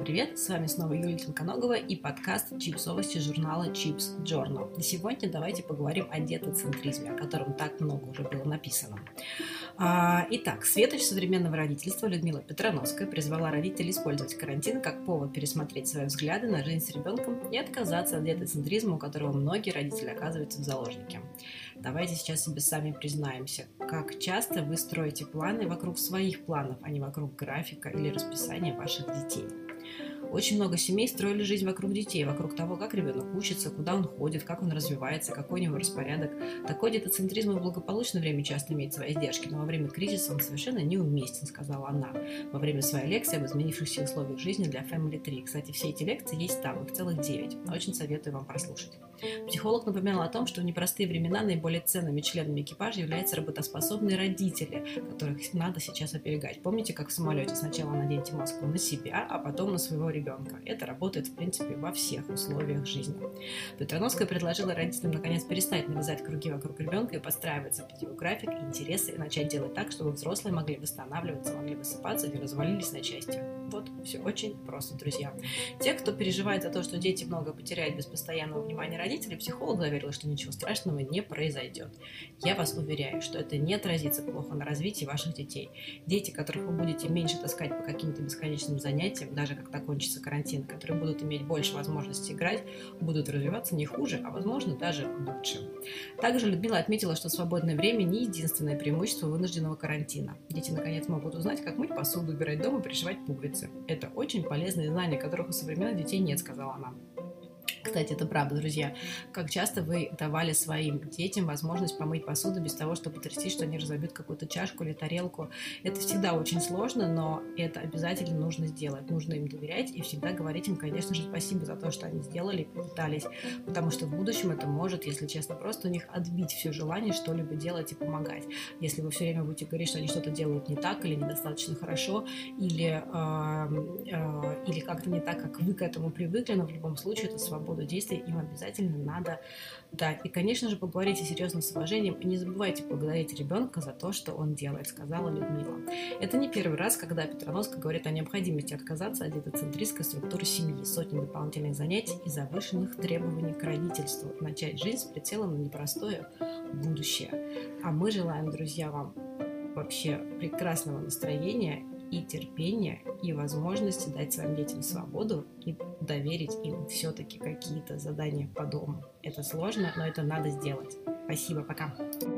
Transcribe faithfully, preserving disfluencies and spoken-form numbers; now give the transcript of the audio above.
привет! С вами снова Юлия Тонконогова и подкаст чипсовости журнала Chips Journal. И сегодня давайте поговорим о детоцентризме, о котором так много уже было написано. Итак, светоч современного родительства Людмила Петроновская призвала родителей использовать карантин как повод пересмотреть свои взгляды на жизнь с ребенком и отказаться от детоцентризма, у которого многие родители оказываются в заложнике. Давайте сейчас себе сами признаемся, как часто вы строите планы вокруг своих планов, а не вокруг графика или расписания ваших детей. Очень много семей строили жизнь вокруг детей, вокруг того, как ребенок учится, куда он ходит, как он развивается, какой у него распорядок. Такой детоцентризм в благополучное время часто имеет свои издержки, но во время кризиса он совершенно неуместен, сказала она во время своей лекции об изменившихся условиях жизни для Family три. Кстати, все эти лекции есть там, их целых девять. Очень советую вам прослушать. Психолог напоминал о том, что в непростые времена наиболее ценными членами экипажа являются работоспособные родители, которых надо сейчас оберегать. Помните, как в самолете сначала наденьте маску на себя, а потом на своего ребенка. Это работает, в принципе, во всех условиях жизни. Петроновская предложила родителям наконец перестать нарезать круги вокруг ребенка и подстраиваться под его график и интересы, и начать делать так, чтобы взрослые могли восстанавливаться, могли высыпаться и не развалились на части. Вот, все очень просто, друзья. Те, кто переживает за то, что дети много потеряют без постоянного внимания родителей, психолог заверил, что ничего страшного не произойдет. Я вас уверяю, что это не отразится плохо на развитии ваших детей. Дети, которых вы будете меньше таскать по каким-то бесконечным занятиям, даже когда кончится карантин, которые будут иметь больше возможностей играть, будут развиваться не хуже, а возможно даже лучше. Также Людмила отметила, что свободное время не единственное преимущество вынужденного карантина. Дети наконец могут узнать, как мыть посуду, убирать дом и пришивать пуговицы. Это очень полезные знания, которых у современных детей нет, сказала она. Кстати, это правда, друзья. Как часто вы давали своим детям возможность помыть посуду без того, чтобы трястись, что они разобьют какую-то чашку или тарелку? Это всегда очень сложно, но это обязательно нужно сделать. Нужно им доверять и всегда говорить им, конечно же, спасибо за то, что они сделали и попытались. Потому что в будущем это может, если честно, просто у них отбить все желание что-либо делать и помогать. Если вы все время будете говорить, что они что-то делают не так или недостаточно хорошо, или, э, э, или как-то не так, как вы к этому привыкли, но в любом случае это свобода действий им обязательно надо дать. И, конечно же, поговорите серьезно с уважением и не забывайте благодарить ребенка за то, что он делает, сказала Людмила. Это не первый раз, когда Петроновская говорит о необходимости отказаться от детоцентристской структуры семьи, сотни дополнительных занятий и завышенных требований к родительству, начать жизнь с прицелом на непростое будущее. А мы желаем, друзья, вам вообще прекрасного настроения и терпения, и возможности дать своим детям свободу и доверить им все-таки какие-то задания по дому. Это сложно, но это надо сделать. Спасибо, пока.